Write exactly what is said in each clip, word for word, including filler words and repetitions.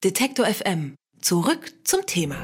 Detektor F M. Zurück zum Thema.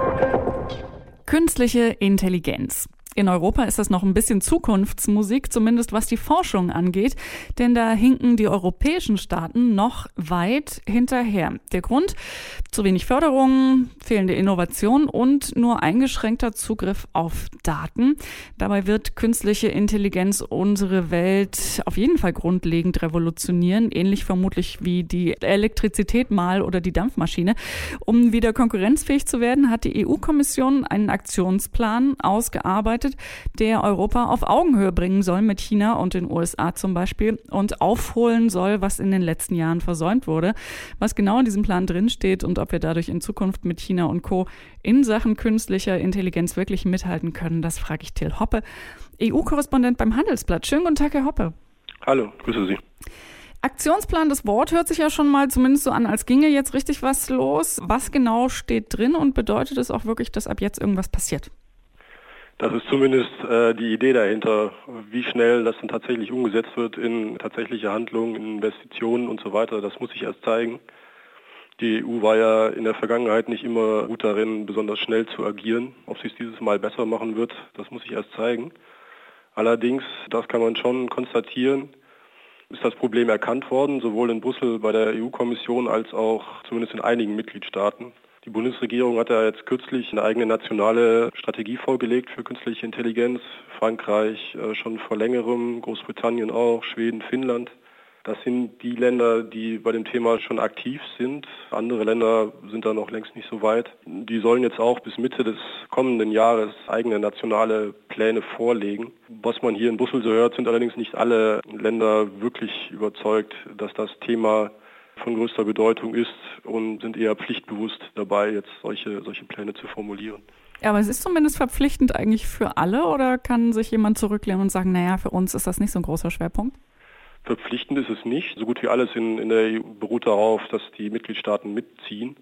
Künstliche Intelligenz. In Europa ist das noch ein bisschen Zukunftsmusik, zumindest was die Forschung angeht, denn da hinken die europäischen Staaten noch weit hinterher. Der Grund? Zu wenig Förderung, fehlende Innovation und nur eingeschränkter Zugriff auf Daten. Dabei wird künstliche Intelligenz unsere Welt auf jeden Fall grundlegend revolutionieren, ähnlich vermutlich wie die Elektrizität mal oder die Dampfmaschine. Um wieder konkurrenzfähig zu werden, hat die E U-Kommission einen Aktionsplan ausgearbeitet, der Europa auf Augenhöhe bringen soll mit China und den U S A zum Beispiel und aufholen soll, was in den letzten Jahren versäumt wurde. Was genau in diesem Plan drinsteht und ob wir dadurch in Zukunft mit China und Co. in Sachen künstlicher Intelligenz wirklich mithalten können, das frage ich Till Hoppe, E U-Korrespondent beim Handelsblatt. Schönen guten Tag, Herr Hoppe. Hallo, grüße Sie. Aktionsplan, das Wort hört sich ja schon mal zumindest so an, als ginge jetzt richtig was los. Was genau steht drin und bedeutet es auch wirklich, dass ab jetzt irgendwas passiert? Das ist zumindest äh, die Idee dahinter, wie schnell das dann tatsächlich umgesetzt wird in tatsächliche Handlungen, in Investitionen und so weiter. Das muss sich erst zeigen. Die E U war ja in der Vergangenheit nicht immer gut darin, besonders schnell zu agieren. Ob sie es dieses Mal besser machen wird, das muss sich erst zeigen. Allerdings, das kann man schon konstatieren, ist das Problem erkannt worden, sowohl in Brüssel bei der E U-Kommission als auch zumindest in einigen Mitgliedstaaten. Die Bundesregierung hat ja jetzt kürzlich eine eigene nationale Strategie vorgelegt für künstliche Intelligenz. Frankreich äh, schon vor längerem, Großbritannien auch, Schweden, Finnland. Das sind die Länder, die bei dem Thema schon aktiv sind. Andere Länder sind da noch längst nicht so weit. Die sollen jetzt auch bis Mitte des kommenden Jahres eigene nationale Pläne vorlegen. Was man hier in Brüssel so hört, sind allerdings nicht alle Länder wirklich überzeugt, dass das Thema von größter Bedeutung ist und sind eher pflichtbewusst dabei, jetzt solche, solche Pläne zu formulieren. Ja, aber es ist zumindest verpflichtend eigentlich für alle, oder kann sich jemand zurücklehnen und sagen, naja, für uns ist das nicht so ein großer Schwerpunkt? Verpflichtend ist es nicht. So gut wie alles in, in der E U beruht darauf, dass die Mitgliedstaaten mitziehen.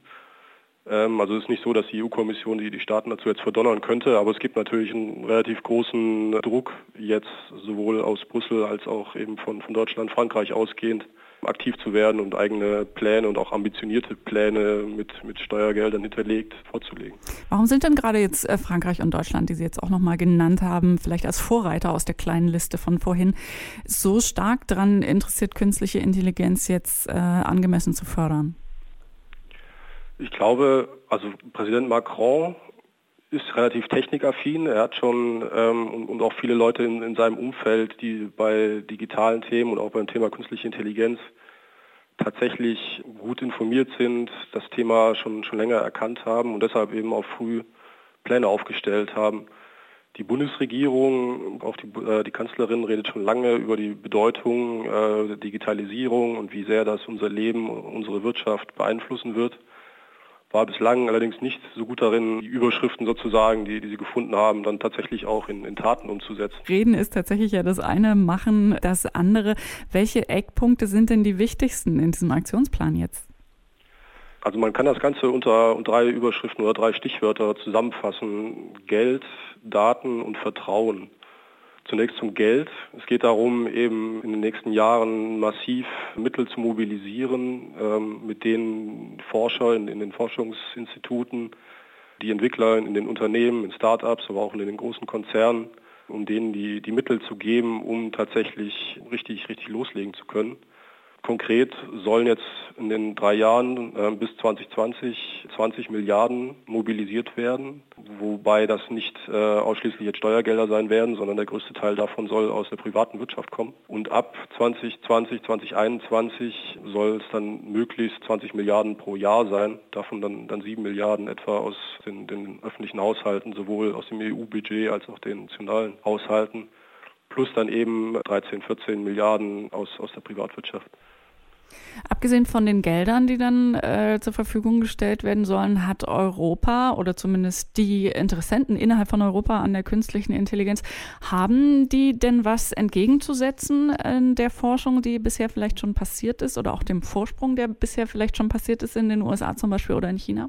Ähm, also es ist nicht so, dass die E U-Kommission die, die Staaten dazu jetzt verdonnern könnte, aber es gibt natürlich einen relativ großen Druck jetzt sowohl aus Brüssel als auch eben von, von Deutschland, Frankreich ausgehend, aktiv zu werden und eigene Pläne und auch ambitionierte Pläne mit, mit Steuergeldern hinterlegt vorzulegen. Warum sind denn gerade jetzt Frankreich und Deutschland, die Sie jetzt auch nochmal genannt haben, vielleicht als Vorreiter aus der kleinen Liste von vorhin, so stark daran interessiert, künstliche Intelligenz jetzt äh, angemessen zu fördern? Ich glaube, also Präsident Macron ist relativ technikaffin. Er hat schon ähm, und, und auch viele Leute in, in seinem Umfeld, die bei digitalen Themen und auch beim Thema künstliche Intelligenz tatsächlich gut informiert sind, das Thema schon, schon länger erkannt haben und deshalb eben auch früh Pläne aufgestellt haben. Die Bundesregierung, auch die, äh, die Kanzlerin redet schon lange über die Bedeutung äh, der Digitalisierung und wie sehr das unser Leben und unsere Wirtschaft beeinflussen wird. War bislang allerdings nicht so gut darin, die Überschriften sozusagen, die, die sie gefunden haben, dann tatsächlich auch in, in Taten umzusetzen. Reden ist tatsächlich ja das eine, machen das andere. Welche Eckpunkte sind denn die wichtigsten in diesem Aktionsplan jetzt? Also man kann das Ganze unter, unter drei Überschriften oder drei Stichwörter zusammenfassen. Geld, Daten und Vertrauen. Zunächst zum Geld. Es geht darum, eben in den nächsten Jahren massiv Mittel zu mobilisieren, ähm, mit denen Forscher in, in den Forschungsinstituten, die Entwickler in den Unternehmen, in Start-ups, aber auch in den großen Konzernen, um denen die, die Mittel zu geben, um tatsächlich richtig, richtig loslegen zu können. Konkret sollen jetzt in den drei Jahren äh, bis zwanzig zwanzig zwanzig Milliarden mobilisiert werden, wobei das nicht äh, ausschließlich jetzt Steuergelder sein werden, sondern der größte Teil davon soll aus der privaten Wirtschaft kommen. Und ab zwanzig zwanzig, zwanzig einundzwanzig soll es dann möglichst zwanzig Milliarden pro Jahr sein, davon dann, dann sieben Milliarden etwa aus den, den öffentlichen Haushalten, sowohl aus dem E U-Budget als auch den nationalen Haushalten, plus dann eben dreizehn, vierzehn Milliarden aus, aus der Privatwirtschaft. Abgesehen von den Geldern, die dann äh, zur Verfügung gestellt werden sollen, hat Europa oder zumindest die Interessenten innerhalb von Europa an der künstlichen Intelligenz, haben die denn was entgegenzusetzen in der Forschung, die bisher vielleicht schon passiert ist oder auch dem Vorsprung, der bisher vielleicht schon passiert ist in den U S A zum Beispiel oder in China?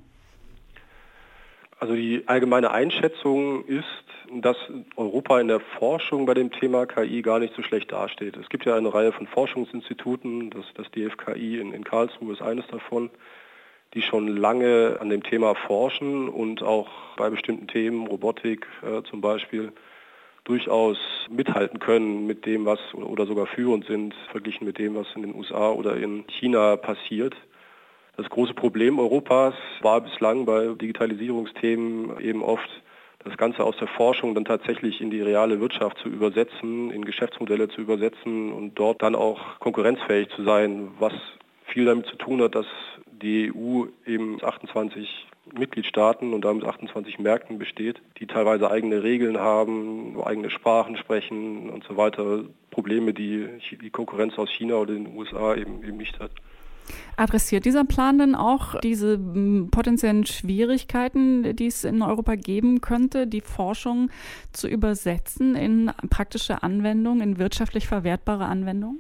Also die allgemeine Einschätzung ist, dass Europa in der Forschung bei dem Thema K I gar nicht so schlecht dasteht. Es gibt ja eine Reihe von Forschungsinstituten, das, das D F K I in, in Karlsruhe ist eines davon, die schon lange an dem Thema forschen und auch bei bestimmten Themen, Robotik äh, zum Beispiel, durchaus mithalten können mit dem, was oder sogar führend sind, verglichen mit dem, was in den U S A oder in China passiert. Das große Problem Europas war bislang bei Digitalisierungsthemen eben oft, das Ganze aus der Forschung dann tatsächlich in die reale Wirtschaft zu übersetzen, in Geschäftsmodelle zu übersetzen und dort dann auch konkurrenzfähig zu sein, was viel damit zu tun hat, dass die E U eben aus achtundzwanzig Mitgliedstaaten und damit achtundzwanzig Märkten besteht, die teilweise eigene Regeln haben, eigene Sprachen sprechen und so weiter. Probleme, die die Konkurrenz aus China oder den U S A eben, eben nicht hat. Adressiert dieser Plan denn auch diese m, potenziellen Schwierigkeiten, die es in Europa geben könnte, die Forschung zu übersetzen in praktische Anwendungen, in wirtschaftlich verwertbare Anwendungen?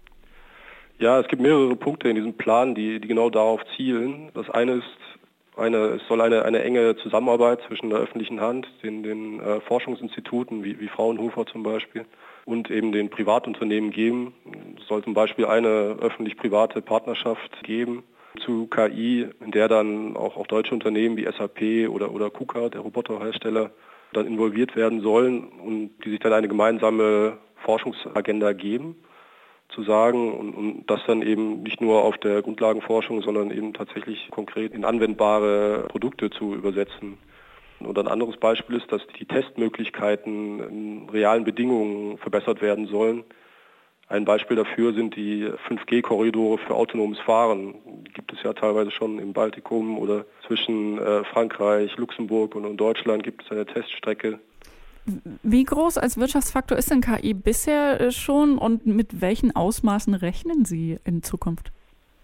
Ja, es gibt mehrere Punkte in diesem Plan, die, die genau darauf zielen. Das eine ist, eine, es soll eine, eine enge Zusammenarbeit zwischen der öffentlichen Hand, den, den äh, Forschungsinstituten wie, wie Fraunhofer zum Beispiel, und eben den Privatunternehmen geben. Es soll zum Beispiel eine öffentlich-private Partnerschaft geben zu K I, in der dann auch, auch deutsche Unternehmen wie S A P oder, oder KUKA, der Roboterhersteller, dann involviert werden sollen und die sich dann eine gemeinsame Forschungsagenda geben, zu sagen und, und das dann eben nicht nur auf der Grundlagenforschung, sondern eben tatsächlich konkret in anwendbare Produkte zu übersetzen. Und ein anderes Beispiel ist, dass die Testmöglichkeiten in realen Bedingungen verbessert werden sollen. Ein Beispiel dafür sind die fünf G Korridore für autonomes Fahren. Die gibt es ja teilweise schon im Baltikum oder zwischen äh, Frankreich, Luxemburg und, und Deutschland gibt es eine Teststrecke. Wie groß als Wirtschaftsfaktor ist denn K I bisher schon und mit welchen Ausmaßen rechnen Sie in Zukunft?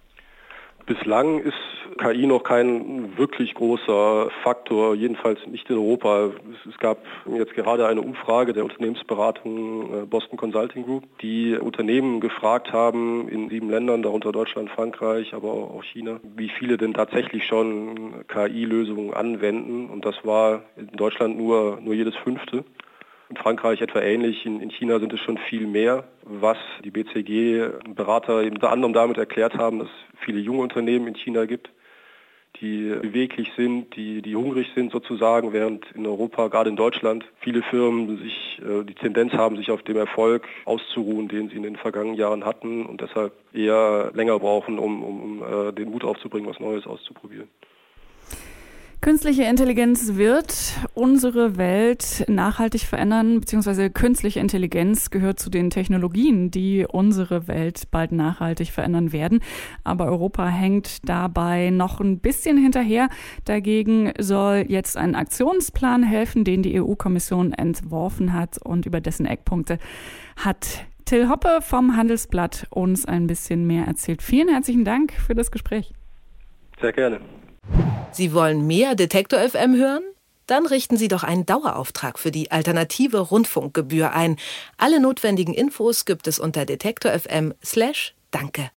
Bislang ist K I noch kein wirklich großer Faktor, jedenfalls nicht in Europa. Es gab jetzt gerade eine Umfrage der Unternehmensberatung Boston Consulting Group, die Unternehmen gefragt haben in sieben Ländern, darunter Deutschland, Frankreich, aber auch China, wie viele denn tatsächlich schon K I-Lösungen anwenden. Und das war in Deutschland nur, nur jedes Fünfte. In Frankreich etwa ähnlich, in, in China sind es schon viel mehr, was die B C G-Berater eben unter anderem damit erklärt haben, dass es viele junge Unternehmen in China gibt, die beweglich sind, die, die hungrig sind sozusagen, während in Europa, gerade in Deutschland, viele Firmen sich äh, die Tendenz haben, sich auf dem Erfolg auszuruhen, den sie in den vergangenen Jahren hatten und deshalb eher länger brauchen, um, um, um äh, den Mut aufzubringen, was Neues auszuprobieren. Künstliche Intelligenz wird unsere Welt nachhaltig verändern, beziehungsweise künstliche Intelligenz gehört zu den Technologien, die unsere Welt bald nachhaltig verändern werden. Aber Europa hängt dabei noch ein bisschen hinterher. Dagegen soll jetzt ein Aktionsplan helfen, den die E U-Kommission entworfen hat und über dessen Eckpunkte hat Till Hoppe vom Handelsblatt uns ein bisschen mehr erzählt. Vielen herzlichen Dank für das Gespräch. Sehr gerne. Sie wollen mehr Detektor F M hören? Dann richten Sie doch einen Dauerauftrag für die alternative Rundfunkgebühr ein. Alle notwendigen Infos gibt es unter detektor F M slash Danke.